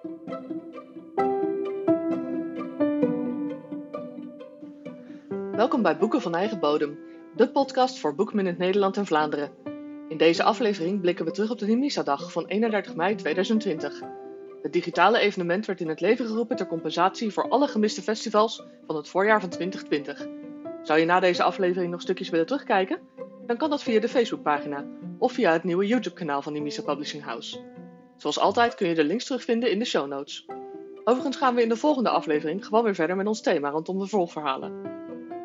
Welkom bij Boeken van Eigen Bodem, de podcast voor boeken in het Nederland en Vlaanderen. In deze aflevering blikken we terug op de Nimisa-dag van 31 mei 2020. Het digitale evenement werd in het leven geroepen ter compensatie voor alle gemiste festivals van het voorjaar van 2020. Zou je na deze aflevering nog stukjes willen terugkijken? Dan kan dat via de Facebookpagina of via het nieuwe YouTube-kanaal van Nimisa Publishing House. Zoals altijd kun je de links terugvinden in de show notes. Overigens gaan we in de volgende aflevering gewoon weer verder met ons thema rondom de vervolgverhalen.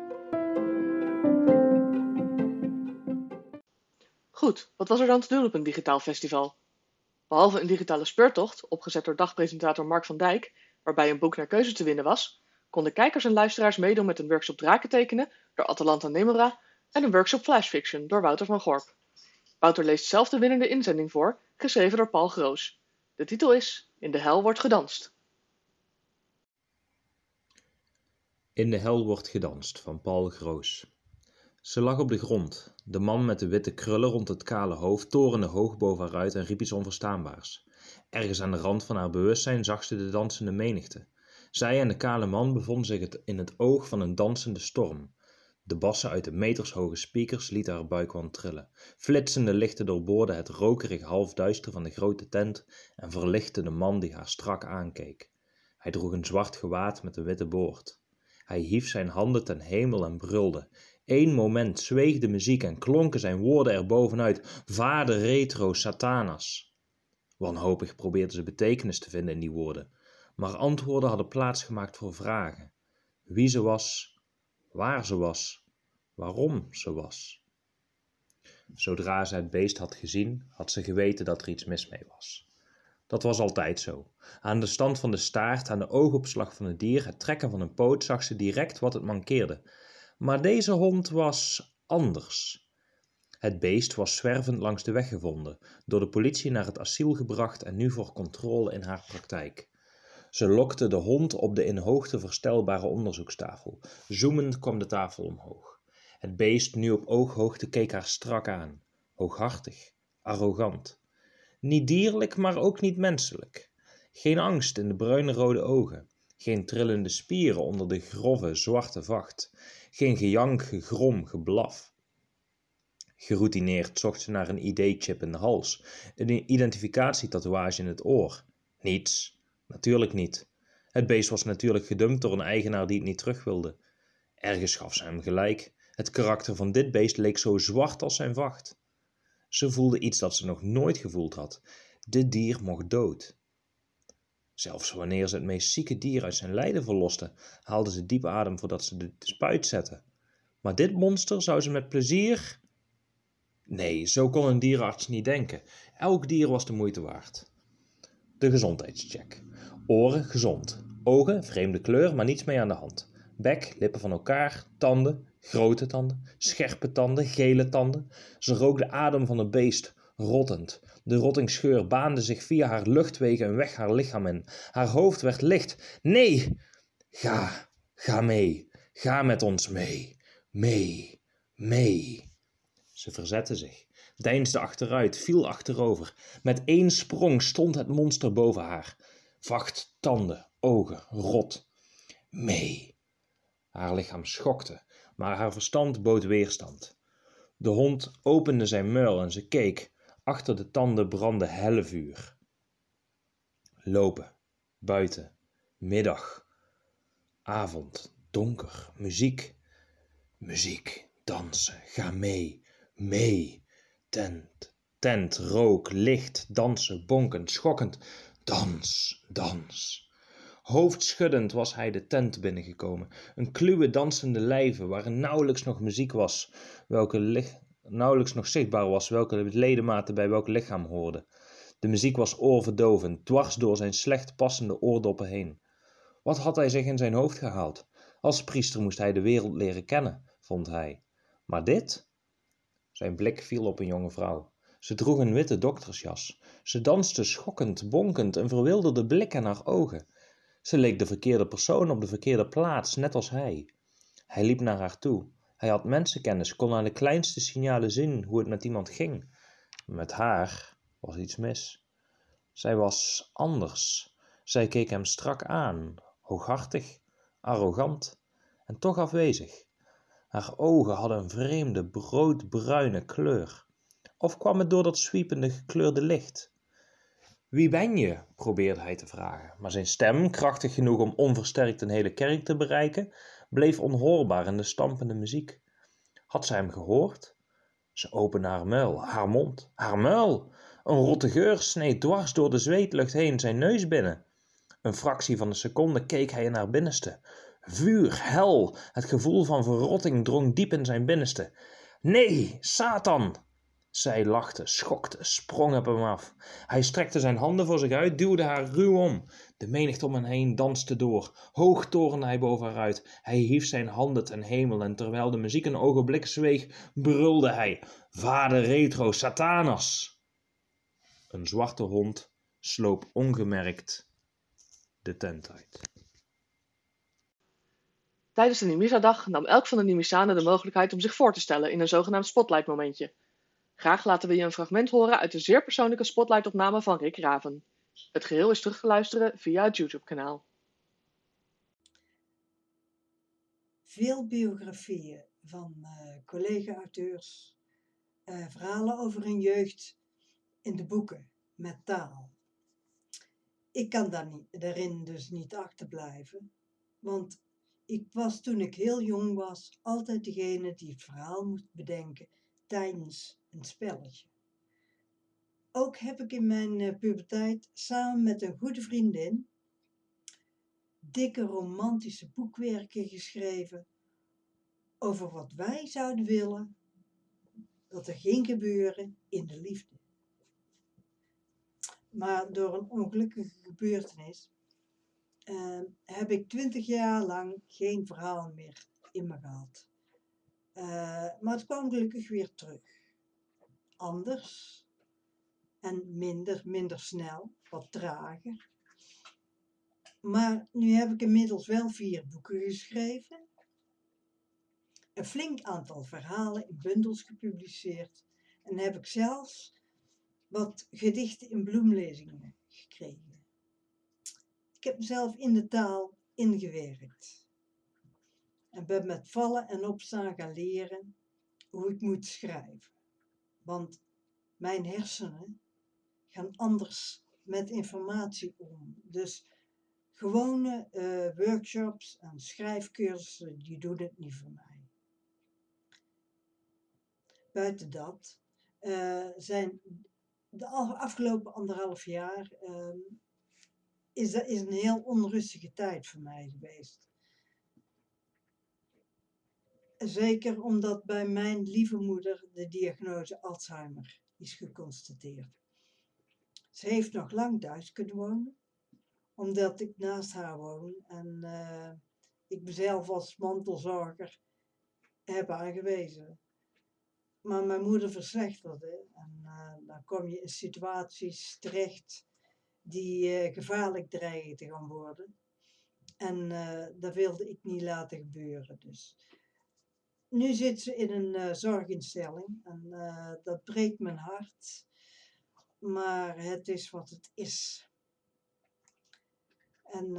Goed, wat was er dan te doen op een digitaal festival? Behalve een digitale speurtocht, opgezet door dagpresentator Mark van Dijk, waarbij een boek naar keuze te winnen was, konden kijkers en luisteraars meedoen met een workshop draken tekenen door Atalanta Nemora en een workshop flashfiction door Wouter van Gorp. Wouter leest zelf de winnende inzending voor, geschreven door Paul Groos. De titel is In de hel wordt gedanst. In de hel wordt gedanst van Paul Groos. Ze lag op de grond. De man met de witte krullen rond het kale hoofd torende hoog boven haar uit en riep iets onverstaanbaars. Ergens aan de rand van haar bewustzijn zag ze de dansende menigte. Zij en de kale man bevonden zich in het oog van een dansende storm. De bassen uit de metershoge speakers lieten haar buikwand trillen. Flitsende lichten doorboorden het rokerig halfduister van de grote tent en verlichtte de man die haar strak aankeek. Hij droeg een zwart gewaad met een witte boord. Hij hief zijn handen ten hemel en brulde. Eén moment zweeg de muziek en klonken zijn woorden er bovenuit. Vader retro satanas. Wanhopig probeerde ze betekenis te vinden in die woorden. Maar antwoorden hadden plaatsgemaakt voor vragen. Wie ze was, waar ze was, waarom ze was. Zodra ze het beest had gezien, had ze geweten dat er iets mis mee was. Dat was altijd zo. Aan de stand van de staart, aan de oogopslag van het dier, het trekken van een poot, zag ze direct wat het mankeerde. Maar deze hond was anders. Het beest was zwervend langs de weg gevonden, door de politie naar het asiel gebracht en nu voor controle in haar praktijk. Ze lokte de hond op de in hoogte verstelbare onderzoekstafel. Zoemend kwam de tafel omhoog. Het beest, nu op ooghoogte, keek haar strak aan. Hooghartig, arrogant. Niet dierlijk, maar ook niet menselijk. Geen angst in de bruine-rode ogen. Geen trillende spieren onder de grove, zwarte vacht. Geen gejank, gegrom, geblaf. Geroutineerd zocht ze naar een ID-chip in de hals. Een identificatietatoeage in het oor. Niets. Natuurlijk niet. Het beest was natuurlijk gedumpt door een eigenaar die het niet terug wilde. Ergens gaf ze hem gelijk. Het karakter van dit beest leek zo zwart als zijn vacht. Ze voelde iets dat ze nog nooit gevoeld had. Dit dier mocht dood. Zelfs wanneer ze het meest zieke dier uit zijn lijden verloste, haalde ze diep adem voordat ze de spuit zette. Maar dit monster zou ze met plezier... Nee, zo kon een dierenarts niet denken. Elk dier was de moeite waard. De gezondheidscheck. Oren gezond. Ogen vreemde kleur, maar niets mee aan de hand. Bek, lippen van elkaar, tanden, grote tanden, scherpe tanden, gele tanden. Ze rook de adem van het beest, rottend. De rottingsgeur baande zich via haar luchtwegen een weg haar lichaam in. Haar hoofd werd licht. Nee! Ga mee. Ga met ons mee. Mee. Ze verzette zich, deinsde achteruit, viel achterover. Met één sprong stond het monster boven haar. Vacht, tanden, ogen, rot. Mee. Haar lichaam schokte, maar haar verstand bood weerstand. De hond opende zijn muil en ze keek. Achter de tanden brandde hellevuur. Lopen, buiten, middag, avond, donker, muziek. Muziek, dansen, ga mee, tent, rook, licht, dansen, bonkend, schokkend. Dans. Hoofdschuddend was hij de tent binnengekomen. Een kluwe dansende lijve waarin nauwelijks nog muziek was, nauwelijks nog zichtbaar was welke ledematen bij welk lichaam hoorden. De muziek was oorverdovend, dwars door zijn slecht passende oordoppen heen. Wat had hij zich in zijn hoofd gehaald? Als priester moest hij de wereld leren kennen, vond hij. Maar dit? Zijn blik viel op een jonge vrouw. Ze droeg een witte doktersjas. Ze danste schokkend, bonkend, een verwilderde blik in haar ogen. Ze leek de verkeerde persoon op de verkeerde plaats, net als hij. Hij liep naar haar toe. Hij had mensenkennis, kon aan de kleinste signalen zien hoe het met iemand ging. Met haar was iets mis. Zij was anders. Zij keek hem strak aan, hooghartig, arrogant en toch afwezig. Haar ogen hadden een vreemde, broodbruine kleur. Of kwam het door dat zwiepende gekleurde licht? Wie ben je? Probeerde hij te vragen, maar zijn stem, krachtig genoeg om onversterkt een hele kerk te bereiken, bleef onhoorbaar in de stampende muziek. Had zij hem gehoord? Ze opende haar muil, haar mond, haar muil. Een rotte geur sneed dwars door de zweetlucht heen zijn neus binnen. Een fractie van een seconde keek hij in haar binnenste. Vuur, hel, het gevoel van verrotting drong diep in zijn binnenste. Nee, Satan! Zij lachte, schokte, sprong op hem af. Hij strekte zijn handen voor zich uit, duwde haar ruw om. De menigte om hen heen danste door. Hoog torende hij boven haar uit. Hij hief zijn handen ten hemel en terwijl de muziek een ogenblik zweeg, brulde hij: Vader Retro, Satanas! Een zwarte hond sloop ongemerkt de tent uit. Tijdens de Nimiza-dag nam elk van de Nimisanen de mogelijkheid om zich voor te stellen in een zogenaamd spotlight-momentje. Graag laten we je een fragment horen uit de zeer persoonlijke spotlight-opname van Rick Raven. Het geheel is terug te luisteren via het YouTube-kanaal. Veel biografieën van collega-auteurs, verhalen over hun jeugd in de boeken met taal. Ik kan daarin dus niet achterblijven, want ik was toen ik heel jong was altijd degene die het verhaal moest bedenken tijdens een spelletje. Ook heb ik in mijn puberteit samen met een goede vriendin dikke romantische boekwerken geschreven over wat wij zouden willen dat er ging gebeuren in de liefde. Maar door een ongelukkige gebeurtenis heb ik 20 jaar lang geen verhaal meer in me gehad. Maar het kwam gelukkig weer terug. Anders en minder snel, wat trager. Maar nu heb ik inmiddels wel 4 boeken geschreven. Een flink aantal verhalen in bundels gepubliceerd. En heb ik zelfs wat gedichten in bloemlezingen gekregen. Ik heb mezelf in de taal ingewerkt. En ben met vallen en opstaan gaan leren hoe ik moet schrijven. Want mijn hersenen gaan anders met informatie om. Dus gewone workshops en schrijfcursussen, die doen het niet voor mij. Buiten dat zijn de afgelopen 1,5 jaar is een heel onrustige tijd voor mij geweest. Zeker omdat bij mijn lieve moeder de diagnose Alzheimer is geconstateerd. Ze heeft nog lang thuis kunnen wonen, omdat ik naast haar woon en ik mezelf als mantelzorger heb aangewezen. Maar mijn moeder verslechterde en dan kom je in situaties terecht die gevaarlijk dreigen te gaan worden. En dat wilde ik niet laten gebeuren. Dus. Nu zit ze in een zorginstelling en dat breekt mijn hart. Maar het is wat het is. En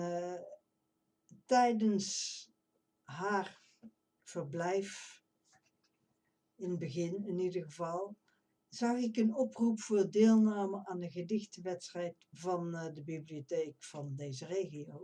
tijdens haar verblijf, in het begin in ieder geval, zag ik een oproep voor deelname aan de gedichtenwedstrijd van de bibliotheek van deze regio.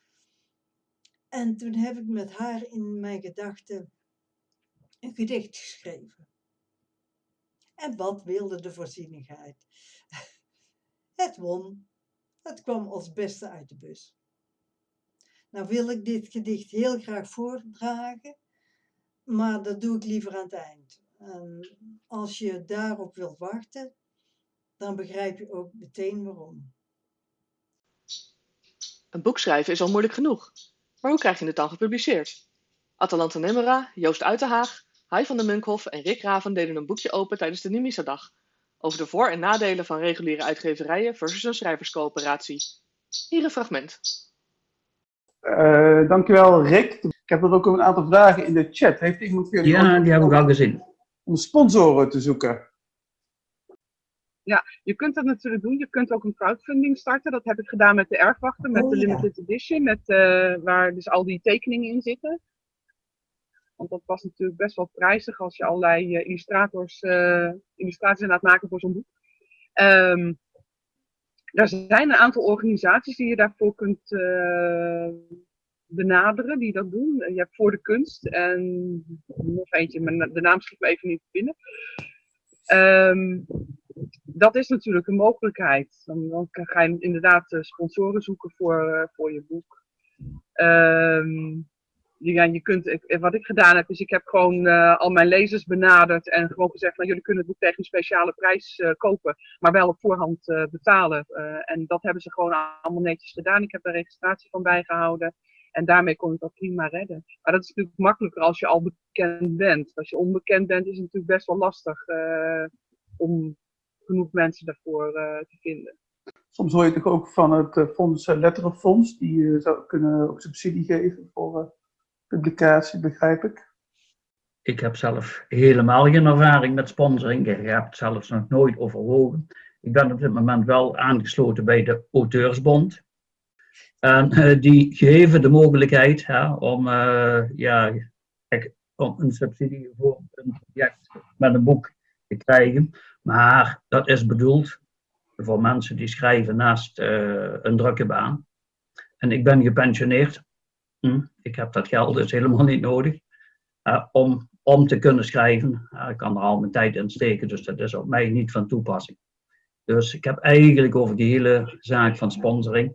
En toen heb ik met haar in mijn gedachten een gedicht geschreven. En wat wilde de voorzienigheid? Het won. Het kwam als beste uit de bus. Nou wil ik dit gedicht heel graag voordragen, maar dat doe ik liever aan het eind. En als je daarop wilt wachten, dan begrijp je ook meteen waarom. Een boek schrijven is al moeilijk genoeg. Maar hoe krijg je het dan gepubliceerd? Atalanta Nemmera, Joost Uitenhaag, Hai van de Munkhoff en Rick Raven deden een boekje open tijdens de Nimiza-dag. Over de voor- en nadelen van reguliere uitgeverijen versus een schrijverscoöperatie. Hier een fragment. Dankjewel Rick. Ik heb er ook een aantal vragen in de chat. Heeft iemand Ja, die heb ik al gezien. Om sponsoren te zoeken? je kunt dat natuurlijk doen. Je kunt ook een crowdfunding starten. Dat heb ik gedaan met de Erfwachter, met de Limited Edition, waar dus al die tekeningen in zitten. Want dat was natuurlijk best wel prijzig als je allerlei illustraties inderdaad maken voor zo'n boek. Er zijn een aantal organisaties die je daarvoor kunt benaderen, die dat doen. Je hebt Voor de Kunst en nog eentje, maar de naam schiet me even niet binnen. Dat is natuurlijk een mogelijkheid. Dan ga je inderdaad sponsoren zoeken voor je boek. Je kunt, wat ik gedaan heb, is ik heb gewoon al mijn lezers benaderd en gewoon gezegd, nou, jullie kunnen het boek tegen een speciale prijs kopen, maar wel op voorhand betalen. En dat hebben ze gewoon allemaal netjes gedaan. Ik heb de registratie van bijgehouden en daarmee kon ik dat prima redden. Maar dat is natuurlijk makkelijker als je al bekend bent. Als je onbekend bent is het natuurlijk best wel lastig om genoeg mensen daarvoor te vinden. Soms hoor je toch ook van het fonds Letterenfonds, die zou kunnen ook subsidie geven voor publicatie, begrijp ik. Ik heb zelf helemaal geen ervaring met sponsoring. Ik heb het zelfs nog nooit overwogen. Ik ben op dit moment wel aangesloten bij de Auteursbond. En die geven de mogelijkheid om een subsidie voor een project met een boek te krijgen. Maar dat is bedoeld voor mensen die schrijven naast een drukke baan. En ik ben gepensioneerd. Ik heb dat geld dus helemaal niet nodig om te kunnen schrijven. Ik kan er al mijn tijd in steken, dus dat is op mij niet van toepassing. Dus ik heb eigenlijk over die hele zaak van sponsoring,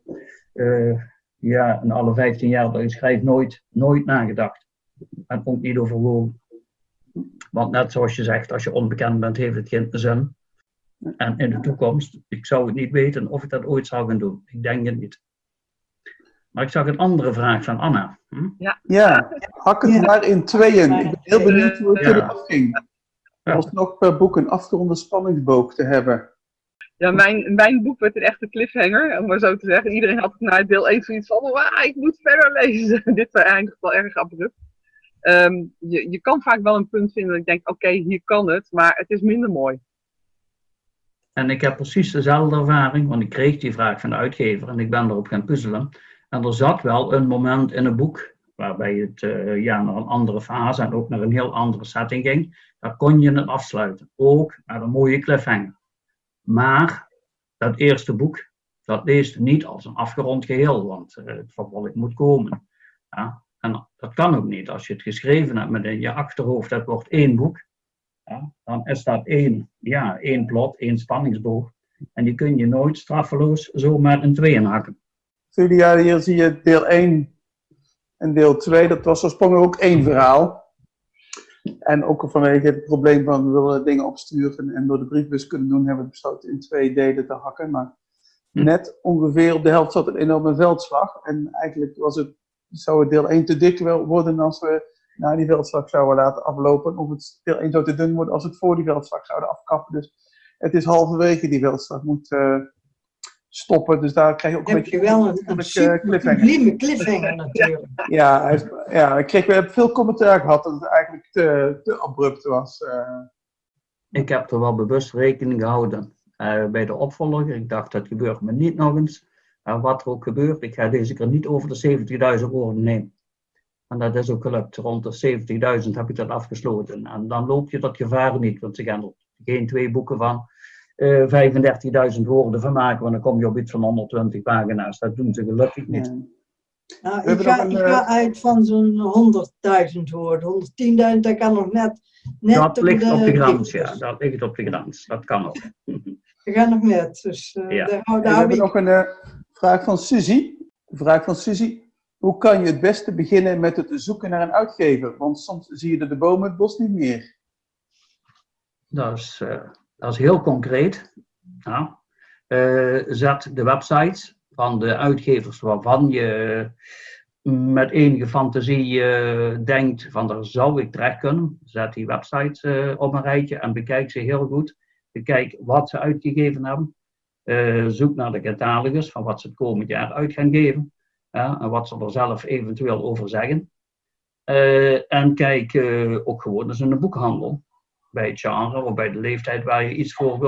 in alle 15 jaar dat ik schrijf, nooit nagedacht. En ook niet overwogen. Want net zoals je zegt, als je onbekend bent, heeft het geen zin. En in de toekomst, ik zou het niet weten of ik dat ooit zou gaan doen. Ik denk het niet. Maar ik zag een andere vraag van Anna. Ja, hak het maar in tweeën. Ik ben heel benieuwd hoe het eraf ging. Er was nog per boek een afgeronde spanningsboog te hebben. Ja, mijn boek werd een echte cliffhanger, om maar zo te zeggen. Iedereen had na deel 1 zoiets van, ik moet verder lezen. Dit eindigt wel erg abrupt. Je kan vaak wel een punt vinden dat ik denk, oké, hier kan het, maar het is minder mooi. En ik heb precies dezelfde ervaring, want ik kreeg die vraag van de uitgever en ik ben erop gaan puzzelen. En er zat wel een moment in een boek waarbij het naar een andere fase en ook naar een heel andere setting ging. Daar kon je het afsluiten. Ook met een mooie cliffhanger. Maar dat eerste boek, dat leest niet als een afgerond geheel, want het vervolg moet komen. Ja? En dat kan ook niet. Als je het geschreven hebt met in je achterhoofd, dat wordt 1 boek. Ja? Dan is dat 1 plot, 1 spanningsboog. En die kun je nooit straffeloos zomaar in 2 hakken. Julia, hier zie je deel 1 en deel 2. Dat was oorspronkelijk ook 1 verhaal. En ook vanwege het probleem van we willen dingen opsturen en door de briefbus kunnen doen, hebben we besloten in 2 delen te hakken. Maar net ongeveer op de helft zat een enorme veldslag. En eigenlijk zou het deel 1 te dik worden als we na die veldslag zouden laten aflopen. Of het deel 1 zou te dun worden als we het voor die veldslag zouden afkappen. Dus het is halverwege die veldslag moet stoppen. Dus daar krijg je ook een beetje wel een super sublieme cliffhanger natuurlijk. We hebben veel commentaar gehad dat het eigenlijk te abrupt was. Ik heb er wel bewust rekening gehouden bij de opvolger. Ik dacht, dat gebeurt me niet nog eens. Wat er ook gebeurt, ik ga deze keer niet over de 70.000 woorden nemen. En dat is ook gelukt. Rond de 70.000 heb ik dat afgesloten. En dan loop je dat gevaar niet, want ze gaan er geen 2 boeken van 35.000 woorden van maken, want dan kom je op iets van 120 pagina's. Dat doen ze gelukkig niet. Nou, ik ga uit van zo'n 100.000 woorden. 110.000, dat kan nog net dat ligt op de grens, ja. Dat ligt op de grens. Dat kan ook. Dat gaat nog net. Dus, we hebben nog een vraag van Suzy. De vraag van Suzy. Hoe kan je het beste beginnen met het zoeken naar een uitgever? Want soms zie je de bomen het bos niet meer. Dat is heel concreet. Ja. Zet de websites van de uitgevers waarvan je met enige fantasie denkt van daar zou ik terecht kunnen. Zet die websites op een rijtje en bekijk ze heel goed. Bekijk wat ze uitgegeven hebben. Zoek naar de catalogus van wat ze het komend jaar uit gaan geven. En wat ze er zelf eventueel over zeggen. En kijk ook gewoon eens in de boekhandel. bij het genre of bij de leeftijd waar je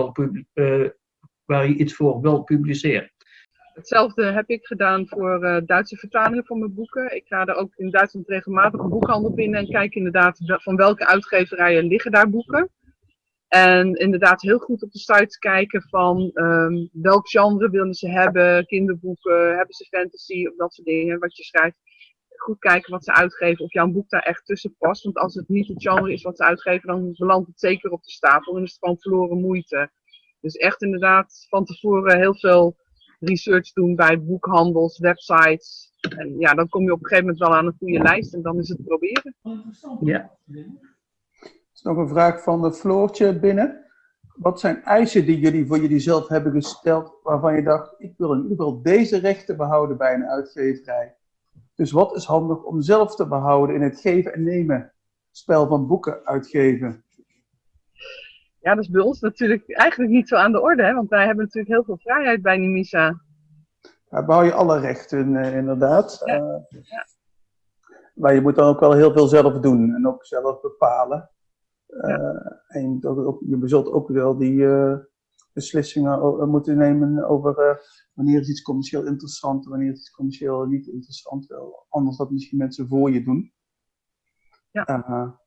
iets voor wil publiceren. Hetzelfde heb ik gedaan voor Duitse vertalingen van mijn boeken. Ik ga er ook in Duitsland regelmatig een boekhandel binnen en kijk inderdaad van welke uitgeverijen liggen daar boeken. En inderdaad heel goed op de site kijken van welk genre willen ze hebben, kinderboeken, hebben ze fantasy of dat soort dingen, wat je schrijft. Goed kijken wat ze uitgeven, of jouw boek daar echt tussen past. Want als het niet het genre is wat ze uitgeven, dan belandt het zeker op de stapel en is het gewoon verloren moeite. Dus echt inderdaad van tevoren heel veel research doen bij boekhandels, websites. En ja, dan kom je op een gegeven moment wel aan een goede lijst en dan is het proberen. Ja. Er is nog een vraag van de Floortje binnen. Wat zijn eisen die jullie voor jullie zelf hebben gesteld waarvan je dacht, ik wil in ieder geval deze rechten behouden bij een uitgeverij? Dus wat is handig om zelf te behouden in het geven en nemen spel van boeken uitgeven? Ja, dat is bij ons natuurlijk eigenlijk niet zo aan de orde, hè? Want wij hebben natuurlijk heel veel vrijheid bij Nimisa. Daar behoud je alle rechten inderdaad. Ja. Maar je moet dan ook wel heel veel zelf doen en ook zelf bepalen. En je zult ook wel die beslissingen moeten nemen over wanneer is iets commercieel interessant en wanneer is iets commercieel niet interessant. Wel, anders dat misschien mensen voor je doen. Ja.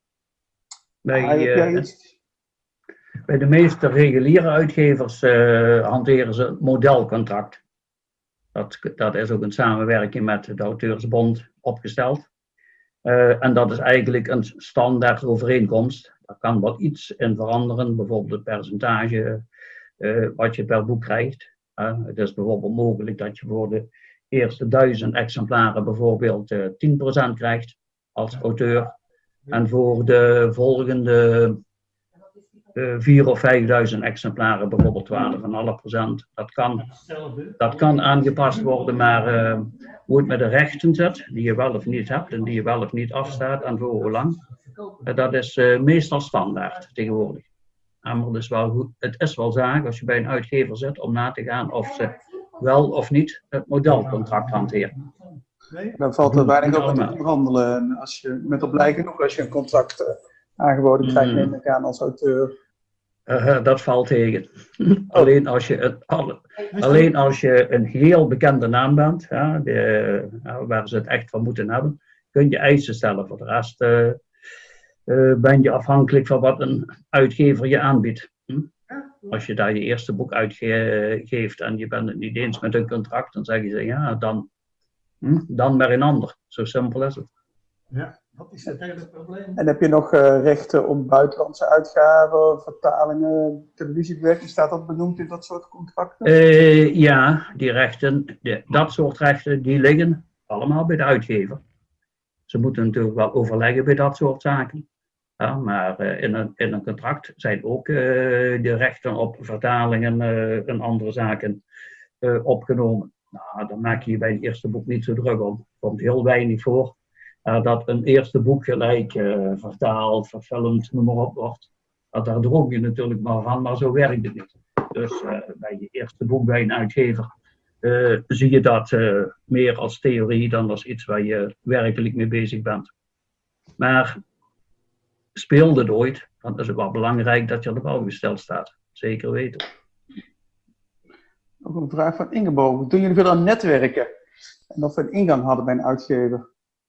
Bij de meeste reguliere uitgevers hanteren ze het modelcontract. Dat is ook een samenwerking met de Auteursbond opgesteld. En dat is eigenlijk een standaard overeenkomst. Daar kan wat iets in veranderen, bijvoorbeeld het percentage wat je per boek krijgt. Het is bijvoorbeeld mogelijk dat je voor de eerste 1000 exemplaren bijvoorbeeld 10% krijgt als auteur. En voor de volgende 4.000 of 5.000 exemplaren bijvoorbeeld 12,5%. Dat kan aangepast worden, maar hoe het met de rechten zit, die je wel of niet hebt en die je wel of niet afstaat en voor hoe lang, dat is meestal standaard tegenwoordig. Maar het is wel zaak als je bij een uitgever zit om na te gaan of ze wel of niet het modelcontract hanteren. Dan valt er weinig over te onderhandelen. Als je met op blij genoeg als je een contract aangeboden krijgt, neem ik aan als auteur. Dat valt tegen. Alleen als je een heel bekende naam bent, waar ze het echt van moeten hebben, kun je eisen stellen. Voor de rest ben je afhankelijk van wat een uitgever je aanbiedt. Als je daar je eerste boek uitgeeft en je bent het niet eens met een contract, dan zeggen ze ja, dan maar een ander. Zo simpel is het. Ja, dat is het hele probleem. En heb je nog rechten om buitenlandse uitgaven, vertalingen, televisiebewerking? Staat dat benoemd in dat soort contracten? Ja, die rechten, dat soort rechten, die liggen allemaal bij de uitgever. Ze moeten natuurlijk wel overleggen bij dat soort zaken. Ja, maar in een contract zijn ook de rechten op vertalingen en andere zaken opgenomen. Nou, dan maak je bij het eerste boek niet zo druk om. Er komt heel weinig voor dat een eerste boek gelijk vertaald, verfilmd, noem maar op wordt. Daar droom je natuurlijk maar van, maar zo werkt het niet. Dus bij je eerste boek bij een uitgever zie je dat meer als theorie dan als iets waar je werkelijk mee bezig bent. Maar speelt het ooit, dan is het wel belangrijk dat je aan de bouw gesteld staat. Zeker weten. Ook een vraag van Ingeborg. Doen jullie veel aan netwerken? En of we een ingang hadden bij een uitgever?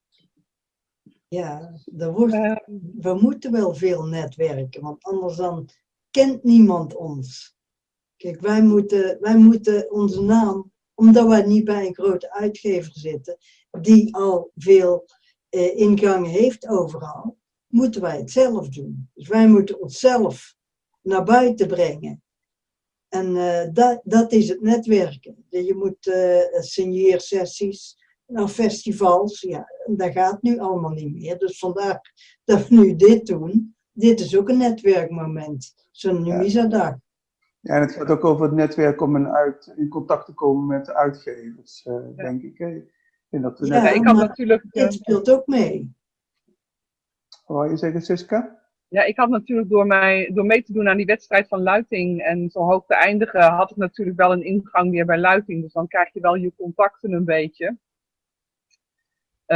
Ja, we moeten wel veel netwerken, want anders dan kent niemand ons. Kijk, wij moeten onze naam, omdat wij niet bij een grote uitgever zitten, die al veel ingangen heeft overal, moeten wij het zelf doen. Dus wij moeten onszelf naar buiten brengen. En dat is het netwerken. Je moet signeersessies, naar festivals, ja, dat gaat nu allemaal niet meer. Dus vandaar dat we nu dit doen. Dit is ook een netwerkmoment, zo'n Nimisa-dag. Ja, en het gaat ook over het netwerk om in contact te komen met de uitgevers, denk ik. Ik had natuurlijk... Dit speelt ook mee. Wat wou je zeggen, Siska? Ja, ik had natuurlijk door mee te doen aan die wedstrijd van Luiting en zo hoog te eindigen, had ik natuurlijk wel een ingang weer bij Luiting. Dus dan krijg je wel je contacten een beetje.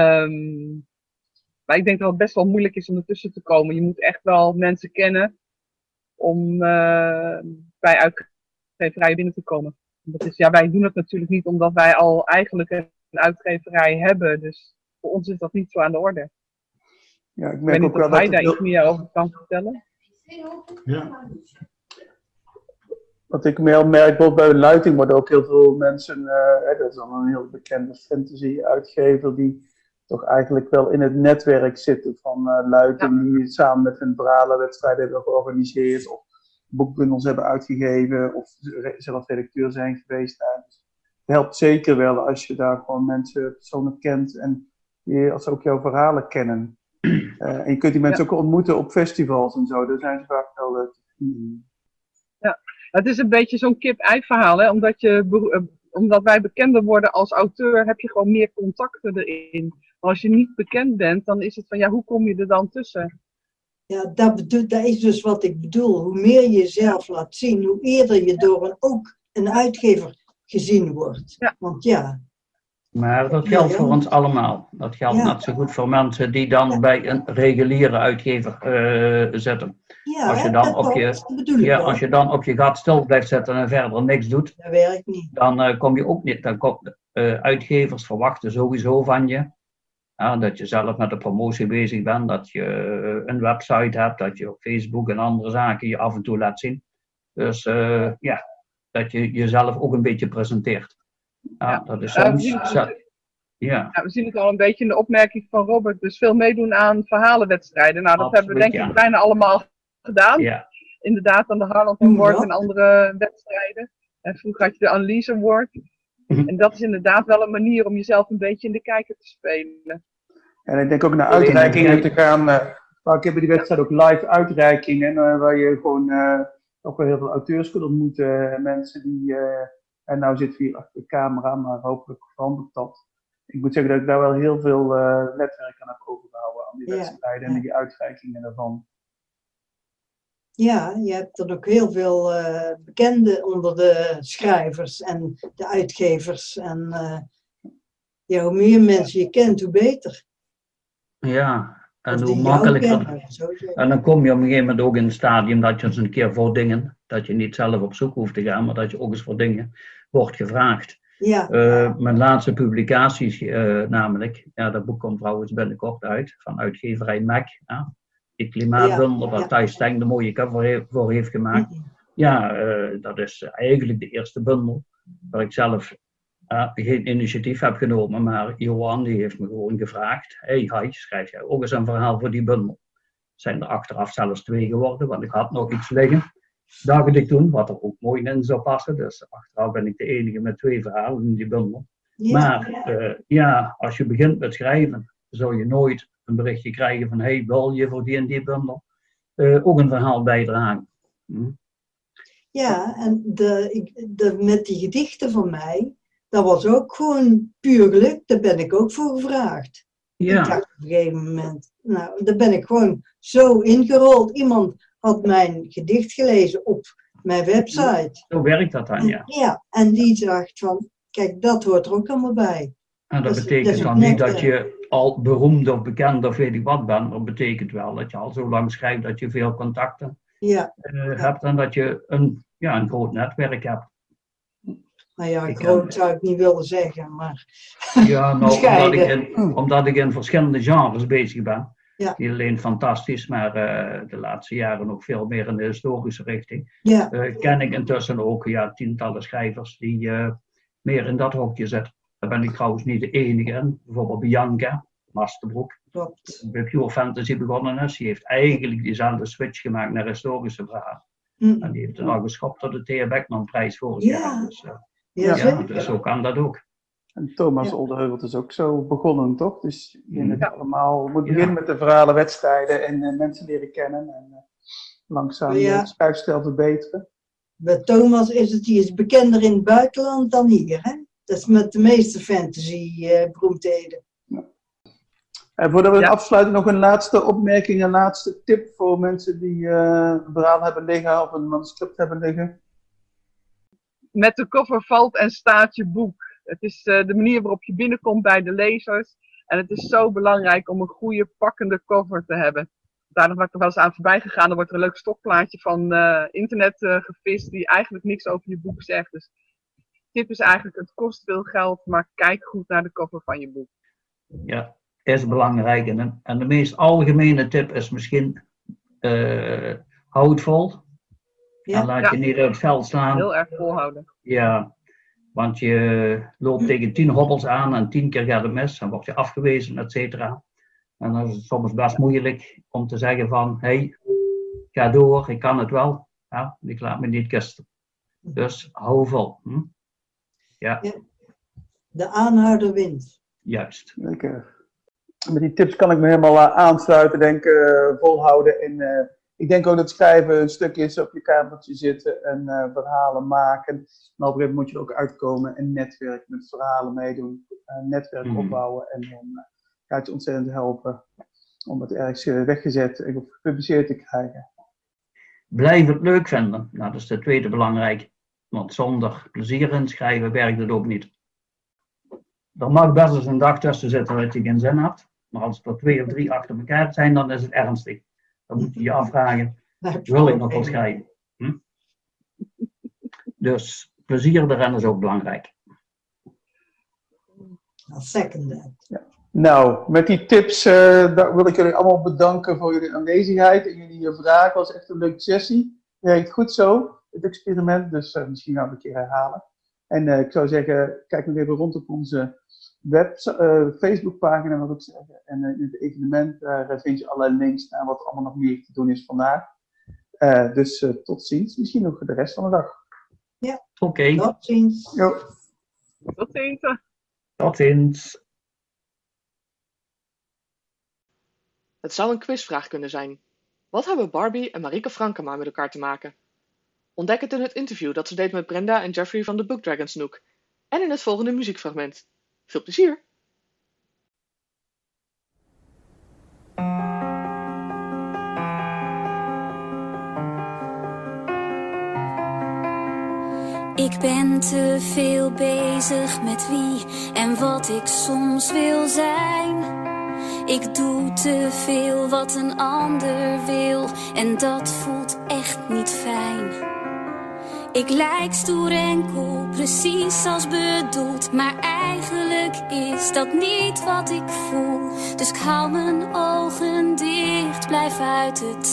Maar ik denk dat het best wel moeilijk is om ertussen te komen. Je moet echt wel mensen kennen. om bij uitgeverijen binnen te komen. Dat is, wij doen het natuurlijk niet omdat wij al eigenlijk een uitgeverij hebben. Dus voor ons is dat niet zo aan de orde. Ja, ik Ik weet merk niet ook wel of hij dat daar het iets meer over kan vertellen. Ja. wat ik meer merk, bijvoorbeeld bij Luiting worden ook heel veel mensen, dat is dan een heel bekende fantasy-uitgever, die toch eigenlijk wel in het netwerk zitten van Luiting, die samen met hun verhalenwedstrijden hebben georganiseerd, of boekbundels hebben uitgegeven, of zelf redacteur zijn geweest. Dus het helpt zeker wel als je daar gewoon mensen persoonlijk kent en als ze ook jouw verhalen kennen. En je kunt die mensen ook ontmoeten op festivals en zo, daar zijn ze vaak wel te vinden. Ja, het is een beetje zo'n kip-ei verhaal, hè? Omdat wij bekender worden als auteur, heb je gewoon meer contacten erin. Maar als je niet bekend bent, dan is het van, hoe kom je er dan tussen? Ja, dat is dus wat ik bedoel. Hoe meer je jezelf laat zien, hoe eerder je door ook een uitgever gezien wordt. Ja. Want Maar dat geldt voor ons allemaal. Dat geldt net zo goed voor mensen die dan bij een reguliere uitgever zitten. Als je dan op je gat stil blijft zitten en verder niks doet, dat werkt niet. Dan kom je ook niet. Uitgevers verwachten sowieso van je dat je zelf met de promotie bezig bent, dat je een website hebt, dat je op Facebook en andere zaken je af en toe laat zien. Dus dat je jezelf ook een beetje presenteert. Dat is soms. We zien het al een beetje in de opmerking van Robert. Dus veel meedoen aan verhalenwedstrijden. Nou, dat hebben we denk ik bijna allemaal gedaan. Ja. Inderdaad, aan de Harland Award en andere wedstrijden. En vroeger had je de Annelies Award. En dat is inderdaad wel een manier om jezelf een beetje in de kijker te spelen. En ik denk ook naar uitreikingen te gaan. Vaak hebben die wedstrijd ook live uitreikingen. Waar je gewoon ook wel heel veel auteurs kunt ontmoeten. Mensen die... en nou zit hier achter de camera, maar hopelijk verandert dat. Ik moet zeggen dat ik daar wel heel veel netwerk aan heb overgehouden. Aan die wedstrijden en die uitreikingen ervan. Ja, je hebt er ook heel veel bekenden onder de schrijvers en de uitgevers. En hoe meer mensen je kent, hoe beter. Ja, en hoe makkelijker. En dan kom je op een gegeven moment ook in het stadium dat je eens een keer voor dingen, dat je niet zelf op zoek hoeft te gaan, maar dat je ook eens voor dingen wordt gevraagd. Ja. Mijn laatste publicaties namelijk, dat boek komt trouwens binnenkort uit, van uitgeverij Mac. Die klimaatbundel waar Thijs Steng de mooie cover voor heeft gemaakt. Dat is eigenlijk de eerste bundel waar ik zelf geen initiatief heb genomen, maar Johan die heeft me gewoon gevraagd. Hi, schrijf jij ook eens een verhaal voor die bundel? Zijn er achteraf zelfs 2 geworden, want ik had nog iets liggen. Dacht ik toen, wat er ook mooi in zou passen. Dus achteraf ben ik de enige met 2 verhalen in die bundel. Maar als je begint met schrijven, zul je nooit een berichtje krijgen van wil je voor die en die bundel ook een verhaal bijdragen. Ja, en met die gedichten van mij, dat was ook gewoon puur geluk. Daar ben ik ook voor gevraagd. Ja. Ik dacht op een gegeven moment, daar ben ik gewoon zo ingerold. Iemand had mijn gedicht gelezen op mijn website. Zo werkt dat dan, ja. Ja, en die dacht van, kijk, dat hoort er ook allemaal bij. En dat betekent dan niet dat je al beroemd of bekend of weet ik wat bent. Dat betekent wel dat je al zo lang schrijft dat je veel contacten hebt en dat je een groot netwerk hebt. Nou ja, groot zou ik niet willen zeggen, maar... Ja, omdat ik in verschillende genres bezig ben. Ja. Niet alleen fantastisch, maar de laatste jaren ook veel meer in de historische richting. Ja. Ken ik intussen ook tientallen schrijvers die meer in dat hokje zitten. Daar ben ik trouwens niet de enige in. Bijvoorbeeld Bianca Masterbroek. Klopt. Bij Pure Fantasy begonnen is. Die heeft eigenlijk diezelfde switch gemaakt naar historische verhalen. En die heeft er al geschopt tot de Thea Beckman prijs vorig jaar. Dus, dus zo kan dat ook. En Thomas Oldeheuvelt is ook zo begonnen, toch? Dus je moet beginnen met de verhalenwedstrijden en mensen leren kennen. En langzaam het schrijfstijl verbeteren. Bij Thomas die is bekender in het buitenland dan hier, hè? Dat is met de meeste fantasy-beroemdheden. En voordat we afsluiten, nog een laatste opmerking, een laatste tip voor mensen die een verhaal hebben liggen of een manuscript hebben liggen. Met de cover valt en staat je boek. Het is de manier waarop je binnenkomt bij de lezers. En het is zo belangrijk om een goede pakkende cover te hebben. Daar was ik er wel eens aan voorbij gegaan. Dan wordt er een leuk stokplaatje van internet gevist die eigenlijk niks over je boek zegt. Dus de tip is eigenlijk, het kost veel geld, maar kijk goed naar de cover van je boek. Ja, is belangrijk. En de meest algemene tip is misschien, hou het vol. Ja. En laat je niet uit het veld slaan. Heel erg volhouden. Ja, want je loopt tegen 10 hobbels aan en 10 keer gaat het mis. En word je afgewezen, et cetera. En dan is het soms best moeilijk om te zeggen van, hey, ga door, ik kan het wel. Ja, ik laat me niet kisten. Dus hou vol. Ja. De aanhouder wint. Juist. Lekker. Met die tips kan ik me helemaal aansluiten, denk volhouden. En ik denk ook dat schrijven een stuk is op je kamertje zitten en verhalen maken. En op een gegeven moment moet je er ook uitkomen en netwerken, met verhalen meedoen, netwerk opbouwen. En dan gaat het je ontzettend helpen om het ergens weggezet of gepubliceerd te krijgen. Blijf het leuk vinden. Nou, dat is de tweede belangrijk. Want zonder plezier in schrijven werkt het ook niet. Er mag best eens een dag tussen zitten dat je geen zin hebt. Maar als er 2 of 3 achter elkaar zijn, dan is het ernstig. Dan moet je je afvragen, wil ik nog wel schrijven? Dus plezier erin is ook belangrijk. Second that. Ja. Nou, met die tips wil ik jullie allemaal bedanken voor jullie aanwezigheid en jullie vragen. Het was echt een leuke sessie. Werkt goed zo, het experiment, dus misschien gaan we een keer herhalen. En ik zou zeggen, kijk nog even rond op onze Facebookpagina, wat ik zeggen. En in het evenement, daar vind je allerlei links naar wat allemaal nog meer te doen is vandaag. Dus tot ziens, misschien nog de rest van de dag. Ja, Oké. Tot ziens. Jo. Tot ziens. Tot ziens. Het zou een quizvraag kunnen zijn. Wat hebben Barbie en Marieke Frankema met elkaar te maken? Ontdek het in het interview dat ze deed met Brenda en Jeffrey van de Book Dragon Snook. En in het volgende muziekfragment. Veel plezier! Ik ben te veel bezig met wie en wat ik soms wil zijn. Ik doe te veel wat een ander wil en dat voelt echt niet fijn. Ik lijk stoer en cool, precies als bedoeld, maar eigenlijk is dat niet wat ik voel. Dus ik hou mijn ogen dicht, blijf uit het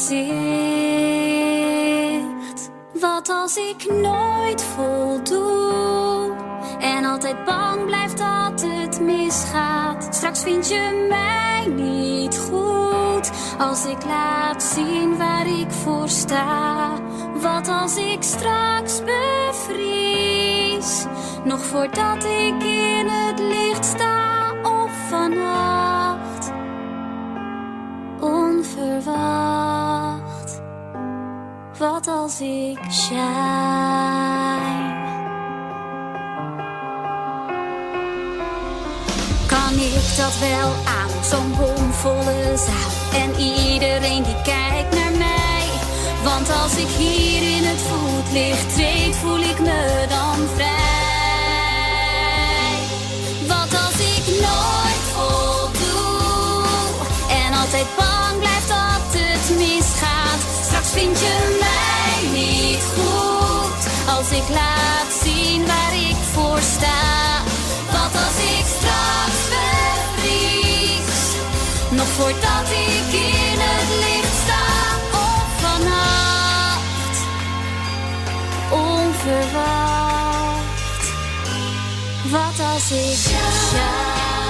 zicht. Wat als ik nooit voldoe en altijd bang blijf dat het misgaat? Straks vind je mij niet goed als ik laat zien waar ik voor sta. Wat als ik straks bevries, nog voordat ik in het licht sta of vannacht onverwacht. Wat als ik shine? Kan ik dat wel aan, zo'n bomvolle zaal en iedereen die kijkt naar mij? Want als ik hier in het voetlicht treed, voel ik me dan vrij. Wat als ik nooit voldoe en altijd bang blijf dat het misgaat? Straks vind je mij niet goed als ik laat zien waar ik voor sta. Wat als ik straks bevries, nog voordat ik in het licht sta of vannacht onverwacht. Wat als ik shine?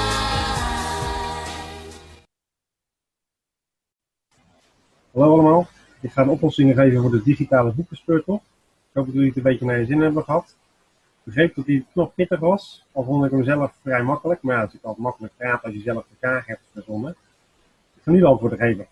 Hallo allemaal, ik ga een oplossingen geven voor de digitale boekenspeurtocht. Ik hoop dat jullie het een beetje naar je zin hebben gehad. Ik begreep dat hij nog pittig was, al vond ik hem zelf vrij makkelijk. Maar ja, het is altijd makkelijk praten als je zelf de vraag hebt verzonnen. Ik ga nu de antwoorden geven.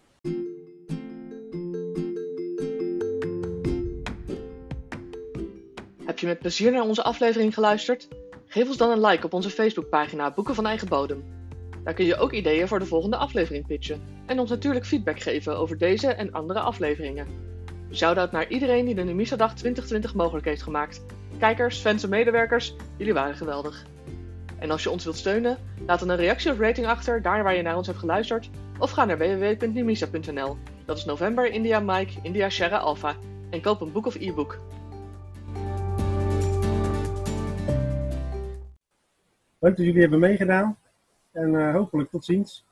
Heb je met plezier naar onze aflevering geluisterd? Geef ons dan een like op onze Facebookpagina Boeken van Eigen Bodem. Daar kun je ook ideeën voor de volgende aflevering pitchen. En ons natuurlijk feedback geven over deze en andere afleveringen. Shout-out naar iedereen die de Numisa-dag 2020 mogelijk heeft gemaakt. Kijkers, fans en medewerkers, jullie waren geweldig. En als je ons wilt steunen, laat dan een reactie of rating achter daar waar je naar ons hebt geluisterd. Of ga naar www.numisa.nl. Dat is November India Mike India Sierra Alpha. En koop een boek of e-book. Leuk dat jullie hebben meegedaan. En hopelijk tot ziens.